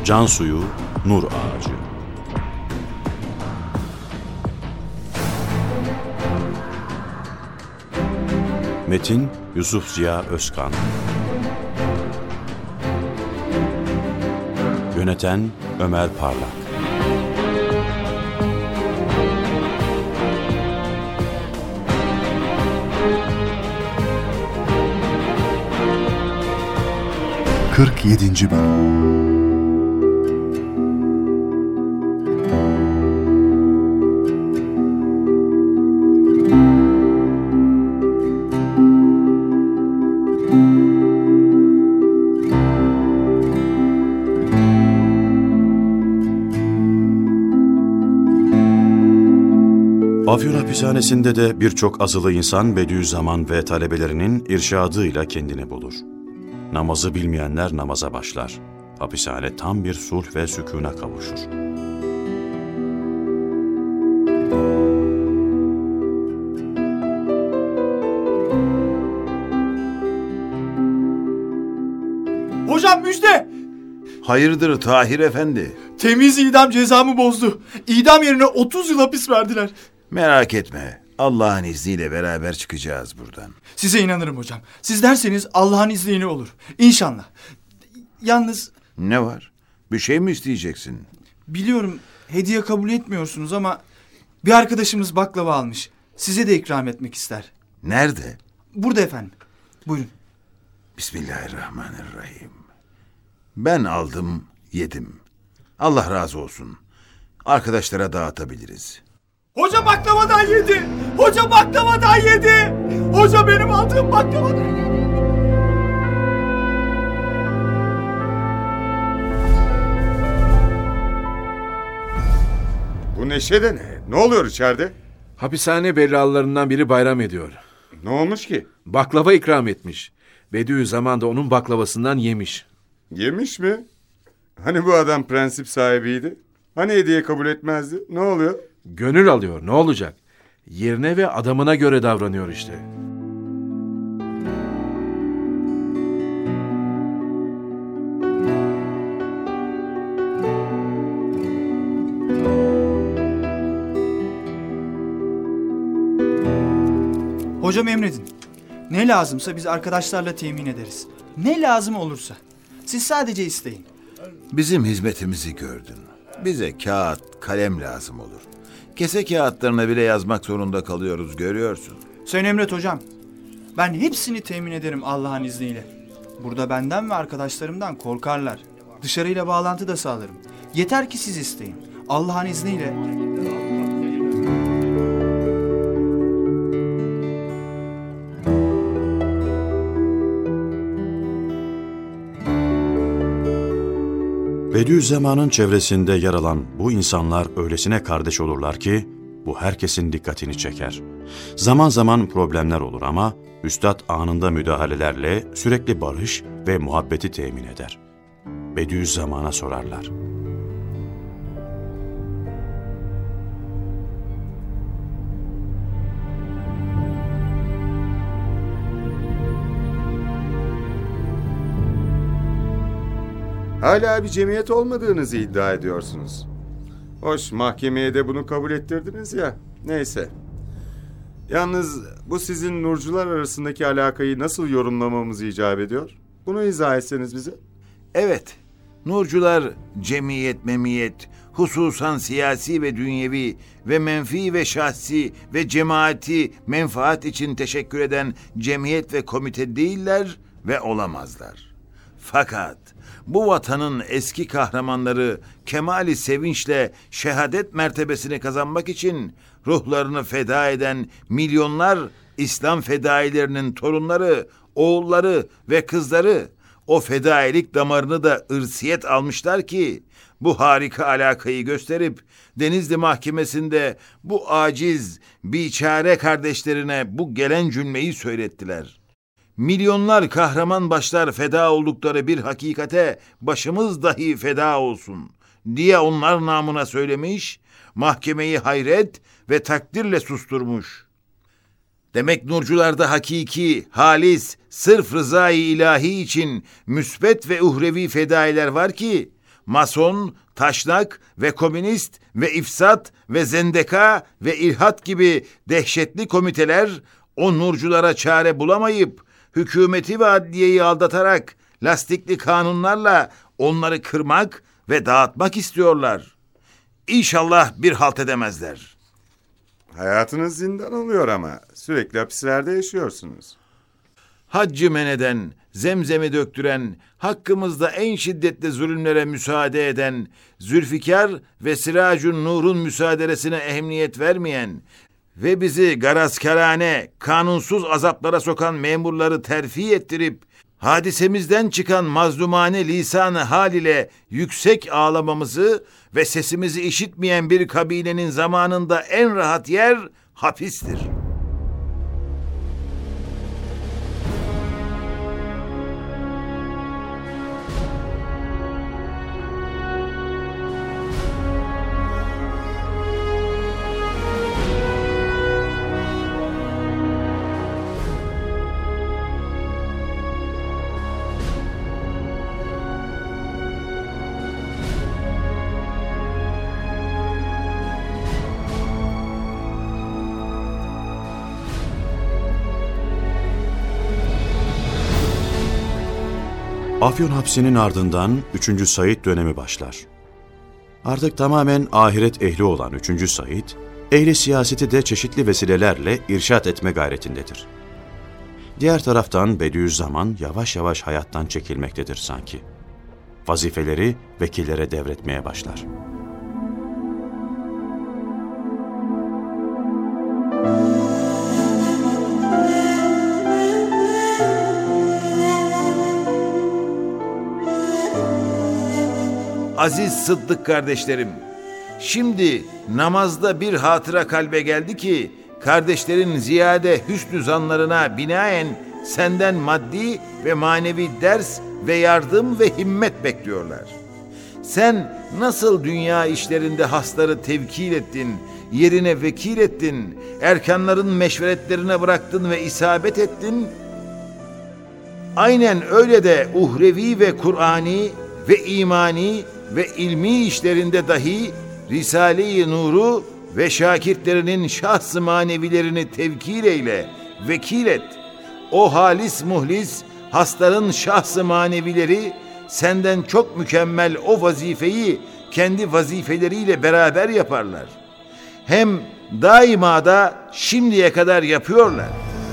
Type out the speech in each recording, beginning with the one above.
Can suyu, nur ağacı. Metin Yusuf Ziya Özkan. Yöneten Ömer Parlak. Kırk 47. Bölüm. Afyon hapishanesinde de birçok azılı insan Bediüzzaman ve talebelerinin irşadıyla kendini bulur. Namazı bilmeyenler namaza başlar. Hapishane tam bir sulh ve sükûna kavuşur. Hocam müjde! Hayırdır Tahir Efendi? Temiz idam cezamı bozdu. İdam yerine 30 yıl hapis verdiler. Merak etme. Allah'ın izniyle beraber çıkacağız buradan. Size inanırım hocam. Siz derseniz Allah'ın izniyle olur. İnşallah. Yalnız... Ne var? Bir şey mi isteyeceksin? Biliyorum hediye kabul etmiyorsunuz ama... bir arkadaşımız baklava almış. Size de ikram etmek ister. Nerede? Burada efendim. Buyurun. Bismillahirrahmanirrahim. Ben aldım, yedim. Allah razı olsun. Arkadaşlara dağıtabiliriz. Hoca baklavadan yedi. Hoca baklavadan yedi. Hoca benim aldığım baklavadan yedi. Bu neşe de ne? Ne oluyor içeride? Hapishane bellalarından biri bayram ediyor. Ne olmuş ki? Baklava ikram etmiş. Bediüzzaman da onun baklavasından yemiş. Yemiş mi? Hani bu adam prensip sahibiydi? Hani hediye kabul etmezdi? Ne oluyor? Gönül alıyor, ne olacak? Yerine ve adamına göre davranıyor işte. Hocam emredin. Ne lazımsa biz arkadaşlarla temin ederiz. Ne lazım olursa. Siz sadece isteyin. Bizim hizmetimizi gördün. Bize kağıt, kalem lazım olur. Kese kağıtlarına bile yazmak zorunda kalıyoruz, görüyorsun. Sen emret hocam. Ben hepsini temin ederim Allah'ın izniyle. Burada benden ve arkadaşlarımdan korkarlar. Dışarıyla bağlantı da sağlarım. Yeter ki siz isteyin. Allah'ın izniyle. Bediüzzaman'ın çevresinde yer alan bu insanlar öylesine kardeş olurlar ki bu herkesin dikkatini çeker. Zaman zaman problemler olur ama üstad anında müdahalelerle sürekli barış ve muhabbeti temin eder. Bediüzzaman'a sorarlar. Hala bir cemiyet olmadığınızı iddia ediyorsunuz. Hoş, mahkemeye de bunu kabul ettirdiniz ya. Neyse. Yalnız bu sizin nurcular arasındaki alakayı nasıl yorumlamamız icap ediyor? Bunu izah etseniz bize. Evet, nurcular cemiyet, memiyet, hususan siyasi ve dünyevi ve menfi ve şahsi ve cemaati menfaat için teşekkür eden cemiyet ve komite değiller ve olamazlar. Fakat bu vatanın eski kahramanları kemali sevinçle şehadet mertebesini kazanmak için ruhlarını feda eden milyonlar İslam fedailerinin torunları, oğulları ve kızları o fedailik damarını da ırsiyet almışlar ki bu harika alakayı gösterip Denizli Mahkemesi'nde bu aciz, biçare kardeşlerine bu gelen cümleyi söylettiler. Milyonlar kahraman başlar feda oldukları bir hakikate başımız dahi feda olsun diye onlar namına söylemiş, mahkemeyi hayret ve takdirle susturmuş. Demek nurcularda hakiki, halis, sırf rızayı ilahi için müsbet ve uhrevi fedailer var ki, mason, taşnak ve komünist ve ifsat ve zendeka ve ilhat gibi dehşetli komiteler o nurculara çare bulamayıp hükümeti ve adliyeyi aldatarak lastikli kanunlarla onları kırmak ve dağıtmak istiyorlar. İnşallah bir halt edemezler. Hayatınız zindan oluyor ama sürekli hapislerde yaşıyorsunuz. Haccı men eden, zemzemi döktüren, hakkımızda en şiddetli zulümlere müsaade eden, Zülfikar ve Siracun Nur'un müsaaderesine ehemmiyet vermeyen ve bizi garazkarane, kanunsuz azaplara sokan memurları terfi ettirip, hadisemizden çıkan mazlumane lisan-ı hal ile yüksek ağlamamızı ve sesimizi işitmeyen bir kabilenin zamanında en rahat yer hapistir. Afyon hapsinin ardından 3. Said dönemi başlar. Artık tamamen ahiret ehli olan 3. Said, ehli siyaseti de çeşitli vesilelerle irşat etme gayretindedir. Diğer taraftan Bediüzzaman yavaş yavaş hayattan çekilmektedir sanki. Vazifeleri vekillere devretmeye başlar. Aziz Sıddık kardeşlerim, şimdi namazda bir hatıra kalbe geldi ki, kardeşlerin ziyade hüsnü zanlarına binaen senden maddi ve manevi ders ve yardım ve himmet bekliyorlar. Sen nasıl dünya işlerinde hasları tevkil ettin, yerine vekil ettin, erkanların meşveretlerine bıraktın ve isabet ettin, aynen öyle de uhrevi ve Kur'ani ve imani ve ilmi işlerinde dahi Risale-i Nur'u ve şakirtlerinin şahs-ı manevilerini tevkil eyle, vekil et. O halis muhlis hasların şahs-ı manevileri senden çok mükemmel o vazifeyi kendi vazifeleriyle beraber yaparlar. Hem daima da şimdiye kadar yapıyorlar.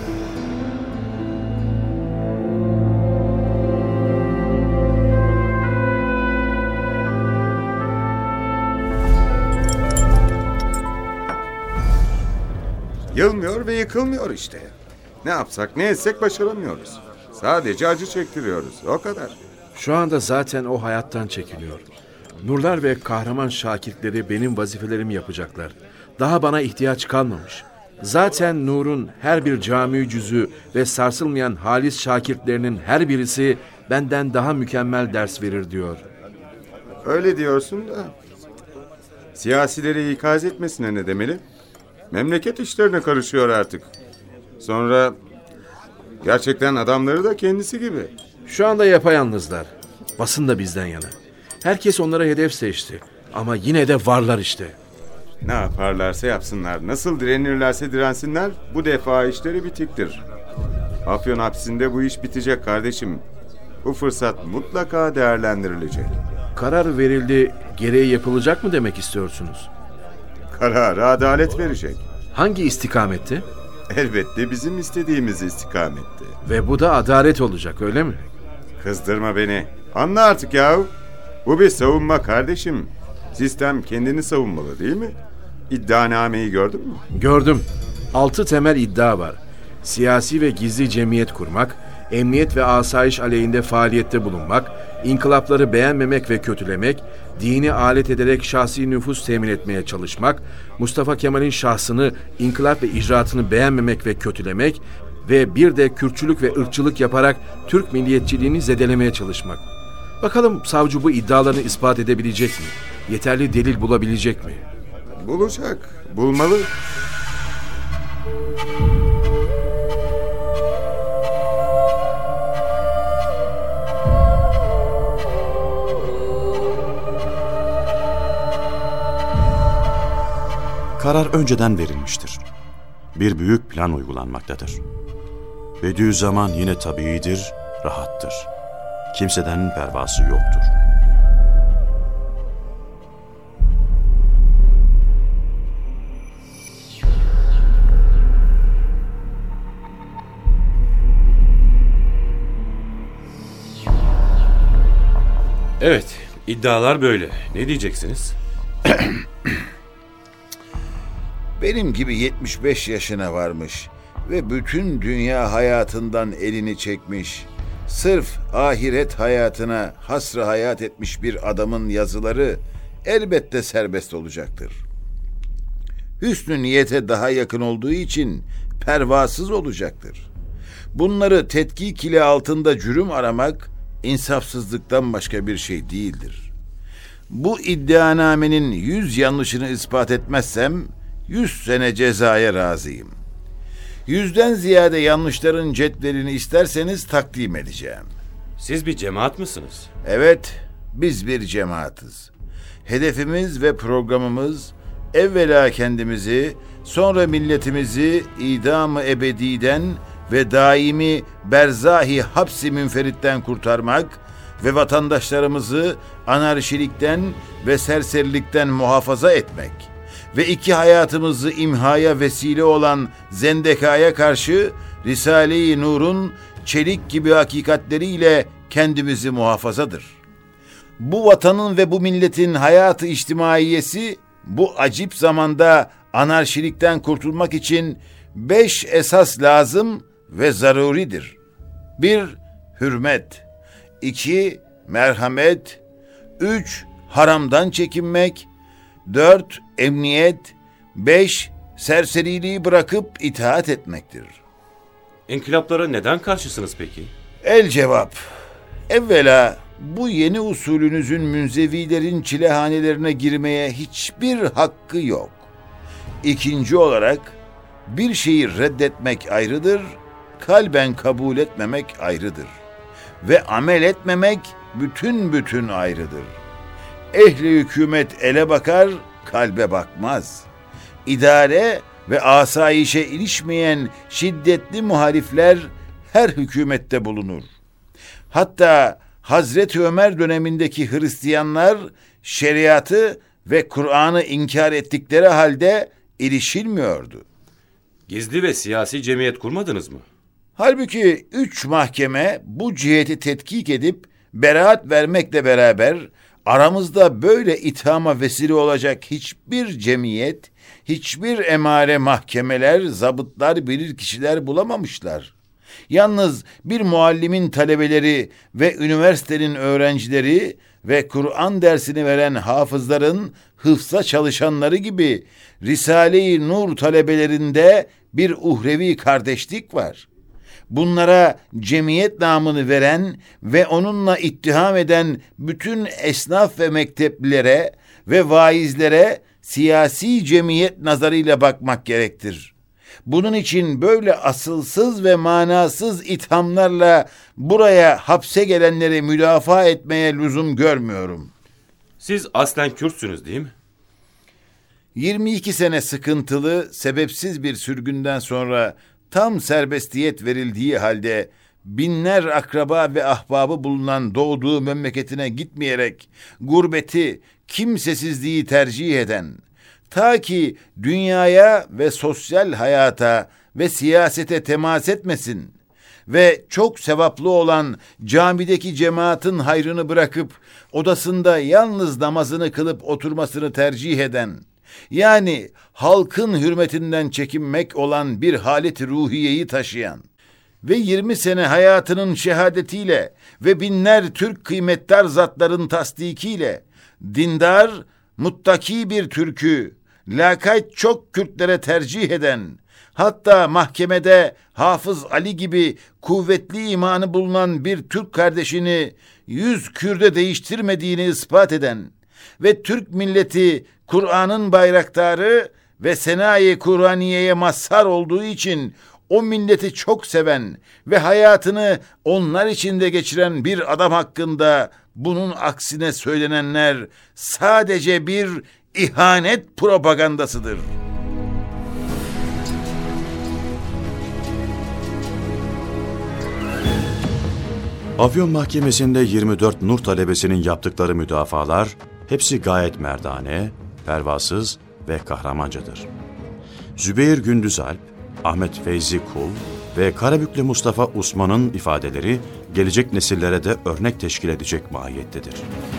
Yılmıyor ve yıkılmıyor işte. Ne yapsak ne etsek başaramıyoruz. Sadece acı çektiriyoruz, o kadar. Şu anda zaten o hayattan çekiliyor. Nurlar ve kahraman şakirtleri benim vazifelerimi yapacaklar. Daha bana ihtiyaç kalmamış. Zaten Nur'un her bir cami cüzü ve sarsılmayan halis şakirtlerinin her birisi benden daha mükemmel ders verir diyor. Öyle diyorsun da siyasileri ikaz etmesine ne demeli? Memleket işlerine karışıyor artık. Sonra gerçekten adamları da kendisi gibi. Şu anda yapayalnızlar. Basın da bizden yana. Herkes onlara hedef seçti. Ama yine de varlar işte. Ne yaparlarsa yapsınlar, nasıl direnirlerse dirensinler, bu defa işleri bitiktir. Afyon hapsinde bu iş bitecek kardeşim. Bu fırsat mutlaka değerlendirilecek. Karar verildi, gereği yapılacak mı demek istiyorsunuz? Kararı adalet verecek. Hangi istikamette? Elbette bizim istediğimiz istikamette. Ve bu da adalet olacak, öyle mi? Kızdırma beni. Anla artık yahu. Bu bir savunma kardeşim. Sistem kendini savunmalı değil mi? İddianameyi gördün mü? Gördüm. 6 temel iddia var. Siyasi ve gizli cemiyet kurmak, emniyet ve asayiş aleyhinde faaliyette bulunmak, inkılapları beğenmemek ve kötülemek, dini alet ederek şahsi nüfus temin etmeye çalışmak, Mustafa Kemal'in şahsını, inkılap ve icraatını beğenmemek ve kötülemek ve bir de Kürtçülük ve ırkçılık yaparak Türk milliyetçiliğini zedelemeye çalışmak. Bakalım savcı bu iddialarını ispat edebilecek mi? Yeterli delil bulabilecek mi? Bulacak, bulmalı. karar önceden verilmiştir. Bir büyük plan uygulanmaktadır. Bediüzzaman yine tabiidir, rahattır. Kimseden pervası yoktur. Evet, iddialar böyle. Ne diyeceksiniz? Benim gibi 75 yaşına varmış ve bütün dünya hayatından elini çekmiş, sırf ahiret hayatına hasrı hayat etmiş bir adamın yazıları elbette serbest olacaktır. Hüsnü niyete daha yakın olduğu için pervasız olacaktır. Bunları tetkik ile altında cürüm aramak insafsızlıktan başka bir şey değildir. Bu iddianamenin 100 yanlışını ispat etmezsem 100 sene cezaya razıyım. 100'den ziyade yanlışların cetvelini isterseniz takdim edeceğim. Siz bir cemaat mısınız? Evet, biz bir cemaatiz. Hedefimiz ve programımız evvela kendimizi, sonra milletimizi idam-ı ebediden ve daimi berzahi hapsi münferitten kurtarmak ve vatandaşlarımızı anarşilikten ve serserilikten muhafaza etmek ve iki hayatımızı imhaya vesile olan zendekaya karşı Risale-i Nur'un çelik gibi hakikatleriyle kendimizi muhafazadır. Bu vatanın ve bu milletin hayatı içtimaiyesi bu acip zamanda anarşilikten kurtulmak için 5 esas lazım ve zaruridir. 1. Hürmet. 2. Merhamet. 3. Haramdan çekinmek. 4. Emniyet. 5. Serseriliği bırakıp itaat etmektir. İnkılaplara neden karşısınız peki? El cevap. Evvela bu yeni usulünüzün münzevilerin çilehanelerine girmeye hiçbir hakkı yok. İkinci olarak bir şeyi reddetmek ayrıdır, kalben kabul etmemek ayrıdır. Ve amel etmemek bütün ayrıdır. Ehli hükümet ele bakar, kalbe bakmaz. İdare ve asayişe ilişmeyen şiddetli muhalifler her hükümette bulunur. Hatta Hazreti Ömer dönemindeki Hristiyanlar şeriatı ve Kur'an'ı inkar ettikleri halde ilişilmiyordu. Gizli ve siyasi cemiyet kurmadınız mı? Halbuki 3 mahkeme bu ciheti tetkik edip beraat vermekle beraber aramızda böyle ithama vesile olacak hiçbir cemiyet, hiçbir emare mahkemeler, zabıtlar, bilirkişiler bulamamışlar. Yalnız bir muallimin talebeleri ve üniversitenin öğrencileri ve Kur'an dersini veren hafızların hıfza çalışanları gibi Risale-i Nur talebelerinde bir uhrevi kardeşlik var. Bunlara cemiyet namını veren ve onunla ittiham eden bütün esnaf ve mekteplilere ve vaizlere siyasi cemiyet nazarıyla bakmak gerektir. Bunun için böyle asılsız ve manasız ithamlarla buraya hapse gelenleri müdafaa etmeye lüzum görmüyorum. Siz aslen Kürtsünüz değil mi? 22 sene sıkıntılı, sebepsiz bir sürgünden sonra tam serbestiyet verildiği halde binler akraba ve ahbabı bulunan doğduğu memleketine gitmeyerek gurbeti, kimsesizliği tercih eden, ta ki dünyaya ve sosyal hayata ve siyasete temas etmesin ve çok sevaplı olan camideki cemaatin hayrını bırakıp odasında yalnız namazını kılıp oturmasını tercih eden, yani halkın hürmetinden çekinmek olan bir halet-i ruhiyeyi taşıyan ve 20 sene hayatının şehadetiyle ve binler Türk kıymetdar zatların tasdikiyle dindar, muttaki bir Türk'ü lakayt çok Kürtlere tercih eden, hatta mahkemede Hafız Ali gibi kuvvetli imanı bulunan bir Türk kardeşini 100 Kürt'e değiştirmediğini ispat eden ve Türk milleti Kur'an'ın bayraktarı ve Senayi Kur'aniye'ye mazhar olduğu için o milleti çok seven ve hayatını onlar içinde geçiren bir adam hakkında bunun aksine söylenenler sadece bir ihanet propagandasıdır. Afyon Mahkemesi'nde 24 Nur talebesinin yaptıkları müdafalar hepsi gayet merdane, pervasız ve kahramancadır. Zübeyir Gündüzalp, Ahmet Feyzi Kul ve Karabüklü Mustafa Usman'ın ifadeleri gelecek nesillere de örnek teşkil edecek mahiyettedir.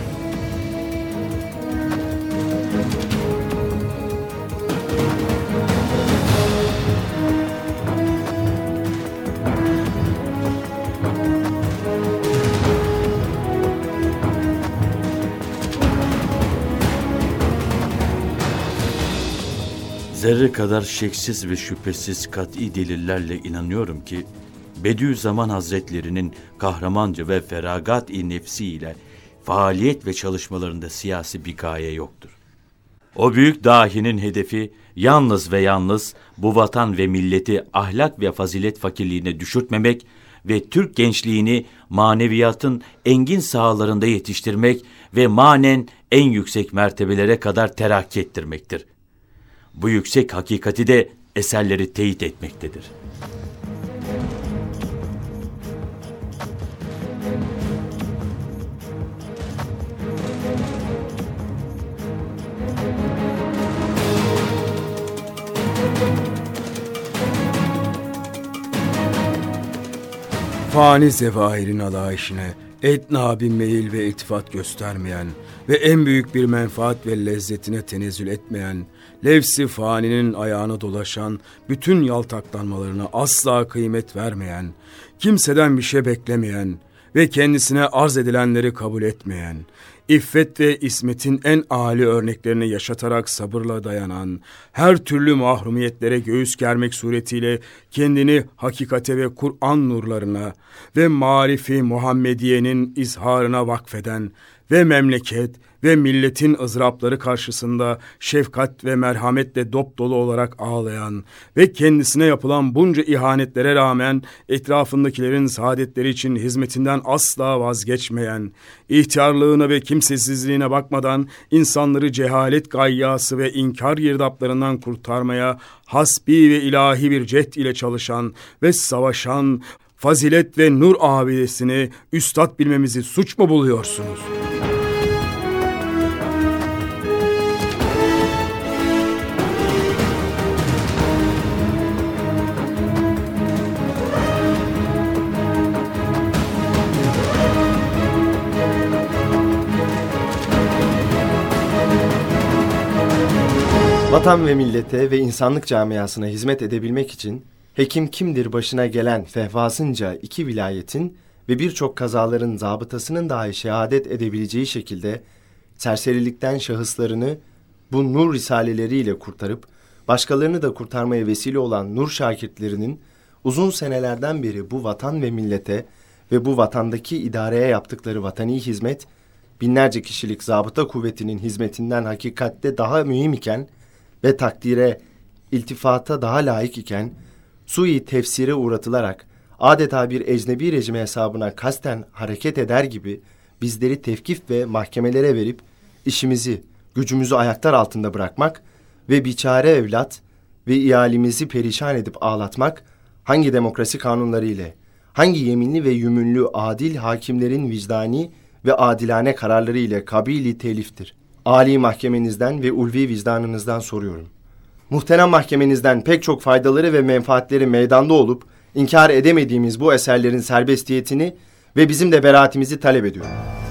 Zerre kadar şeksiz ve şüphesiz kat'i delillerle inanıyorum ki Bediüzzaman Hazretlerinin kahramanca ve feragat-i nefsi ile faaliyet ve çalışmalarında siyasi bir gaye yoktur. O büyük dahinin hedefi yalnız ve yalnız bu vatan ve milleti ahlak ve fazilet fakirliğine düşürtmemek ve Türk gençliğini maneviyatın engin sahalarında yetiştirmek ve manen en yüksek mertebelere kadar terakki ettirmektir. Bu yüksek hakikati de eserleri teyit etmektedir. Fani zevahirin alayişine etna bir meyil ve iltifat göstermeyen ve en büyük bir menfaat ve lezzetine tenezzül etmeyen, levs-i faninin ayağına dolaşan, bütün yaltaklanmalarına asla kıymet vermeyen, kimseden bir şey beklemeyen ve kendisine arz edilenleri kabul etmeyen, İffet ve ismetin en âli örneklerini yaşatarak sabırla dayanan, her türlü mahrumiyetlere göğüs germek suretiyle kendini hakikate ve Kur'an nurlarına ve marifi Muhammediye'nin izharına vakfeden ve memleket ve milletin ızdırapları karşısında şefkat ve merhametle dopdolu olarak ağlayan ve kendisine yapılan bunca ihanetlere rağmen etrafındakilerin saadetleri için hizmetinden asla vazgeçmeyen, ihtiyarlığına ve kimsesizliğine bakmadan insanları cehalet gayyası ve inkar girdaplarından kurtarmaya hasbi ve ilahi bir cehd ile çalışan ve savaşan fazilet ve nur abidesini üstad bilmemizi suç mu buluyorsunuz? Vatan ve millete ve insanlık camiasına hizmet edebilmek için hekim kimdir başına gelen fehvasınca 2 vilayetin ve birçok kazaların zabıtasının dahi şehadet edebileceği şekilde serserilikten şahıslarını bu nur risaleleriyle kurtarıp başkalarını da kurtarmaya vesile olan nur şakirtlerinin uzun senelerden beri bu vatan ve millete ve bu vatandaki idareye yaptıkları vatani hizmet binlerce kişilik zabıta kuvvetinin hizmetinden hakikatte daha mühim iken ve takdire, iltifata daha layık iken, sui tefsire uğratılarak adeta bir ecnebi rejime hesabına kasten hareket eder gibi bizleri tevkif ve mahkemelere verip işimizi, gücümüzü ayaklar altında bırakmak ve biçare evlat ve ihalimizi perişan edip ağlatmak hangi demokrasi kanunları ile, hangi yeminli ve yümünlü adil hakimlerin vicdani ve adilane kararları ile kabili teliftir. Âli mahkemenizden ve ulvi vicdanınızdan soruyorum. Muhterem mahkemenizden pek çok faydaları ve menfaatleri meydanda olup inkar edemediğimiz bu eserlerin serbestiyetini ve bizim de beraatimizi talep ediyorum.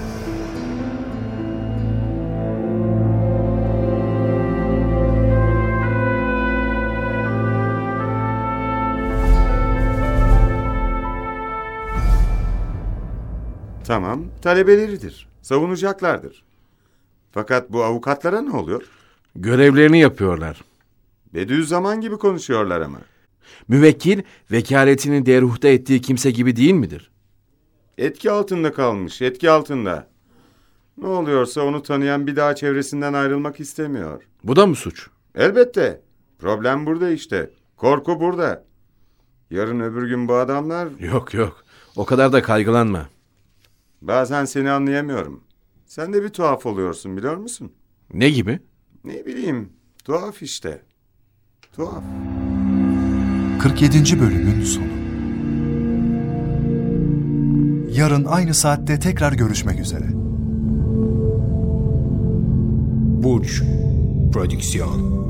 Tamam, talebeleridir. Savunacaklardır. Fakat bu avukatlara ne oluyor? Görevlerini yapıyorlar. Bediüzzaman gibi konuşuyorlar ama. Müvekkil, vekaletini deruhta ettiği kimse gibi değil midir? Etki altında kalmış, etki altında. Ne oluyorsa onu tanıyan bir daha çevresinden ayrılmak istemiyor. Bu da mı suç? Elbette. Problem burada işte. Korku burada. Yarın öbür gün bu adamlar... Yok. O kadar da kaygılanma. Bazen seni anlayamıyorum. Sen de bir tuhaf oluyorsun, biliyor musun? Ne gibi? Ne bileyim, tuhaf işte. Tuhaf. 47. bölümün sonu. Yarın aynı saatte tekrar görüşmek üzere. Burç Prodüksiyon.